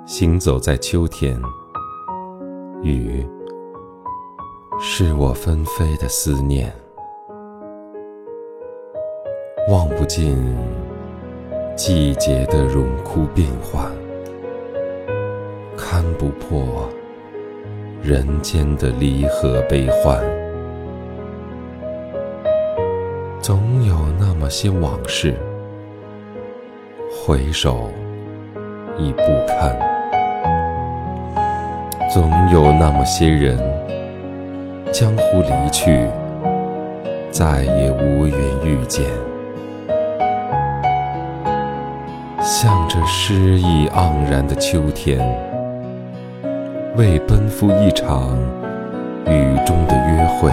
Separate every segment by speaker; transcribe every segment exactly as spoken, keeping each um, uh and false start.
Speaker 1: 行走在秋天，雨是我纷飞的思念，望不尽季节的荣枯变幻，看不破人间的离合悲欢。总有那么些往事，回首已不堪，总有那么些人，江湖离去，再也无缘遇见。向着诗意盎然的秋天，为奔赴一场雨中的约会，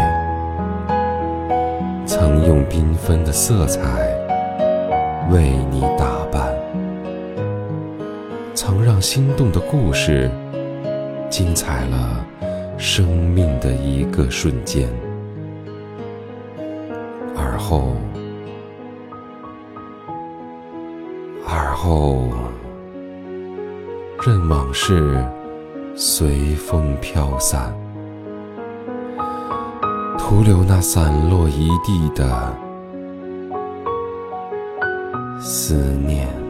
Speaker 1: 曾用缤纷的色彩为你打扮，曾让心动的故事精彩了生命的一个瞬间。而后而后任往事随风飘散，徒留那散落一地的思念。